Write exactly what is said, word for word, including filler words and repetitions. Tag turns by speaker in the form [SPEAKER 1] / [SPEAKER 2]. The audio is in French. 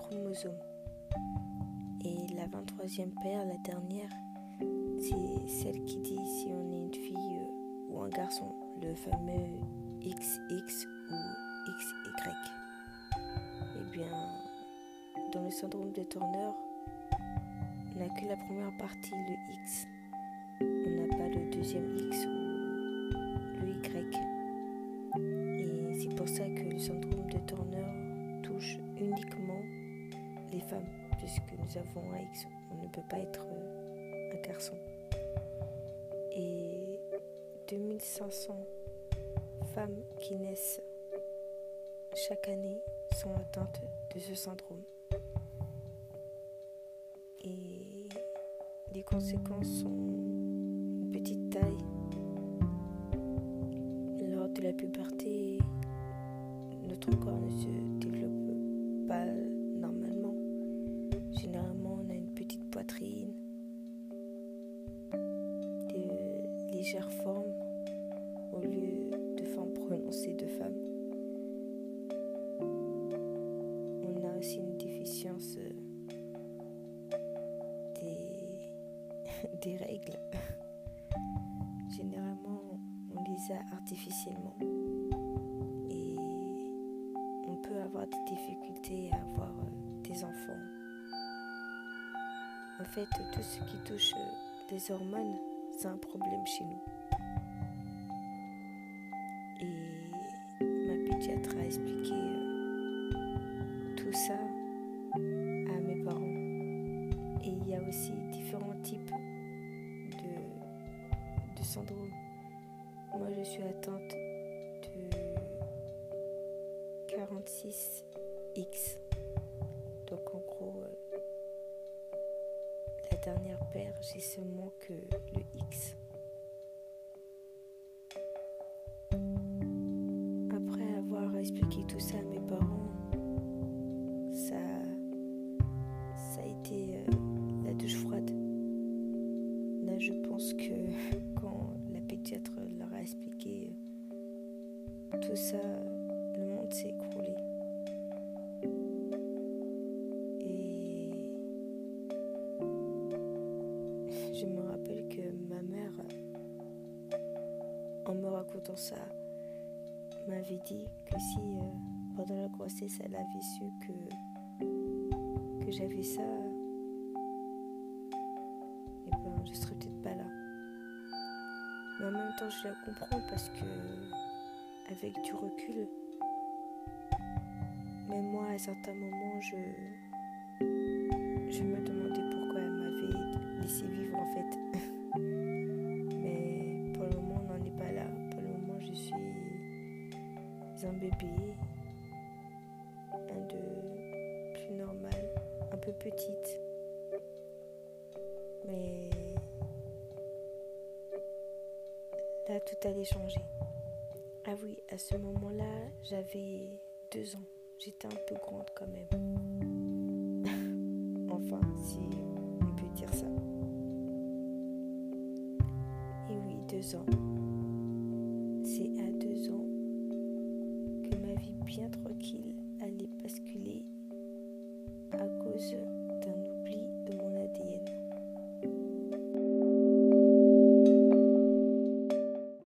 [SPEAKER 1] chromosomes. Et la vingt-troisième paire, la dernière, c'est celle qui dit si on est une fille euh, ou un garçon, le fameux X X ou X Y. Eh bien, dans le syndrome de Turner, on n'a que la première partie, le X. On n'a pas le deuxième X ou le Y. Et c'est pour ça que le syndrome de Turner touche uniquement les femmes, puisque nous avons un X. On ne peut pas être un garçon. Et deux mille cinq cents femmes qui naissent chaque année sont atteintes de ce syndrome. Et les conséquences sont une petite taille. Lors de la puberté, notre corps ne se développe pas normalement. Généralement, on a une petite poitrine, de légères formes au lieu de formes prononcées de femmes. On a aussi une déficience des, des règles. Généralement, on les a artificiellement. Et on peut avoir des difficultés à avoir des enfants. En fait, tout ce qui touche des hormones, c'est un problème chez nous. Et ma pédiatre a expliqué tout ça à mes parents. Et il y a aussi différents types de, de syndrome. Moi, je suis atteinte de quarante-six X. Donc, en gros, la dernière paire, j'ai seulement que le X. Après avoir expliqué tout ça à mes parents, ça, ça a été euh, la douche froide. Là, je pense que quand la pédiatre leur a expliqué euh, tout ça, le monde s'est écroulé. Et je me rappelle que ma mère, en me racontant ça, m'avait dit que si euh, pendant la grossesse elle avait su que, que j'avais ça, eh ben je serais peut-être pas là. Mais en même temps je la comprends parce que avec du recul, même moi à certains moments je, je me demandais pourquoi elle m'avait laissé vivre en fait. Mais pour le moment on n'en est pas là. Pour le moment je suis un bébé, un de plus normal, un peu petite, mais là tout allait changer. Ah oui, à ce moment-là, j'avais deux ans, j'étais un peu grande quand même. Enfin, si on peut dire ça. Et oui, deux ans. C'est à deux ans que ma vie bien tranquille allait basculer à cause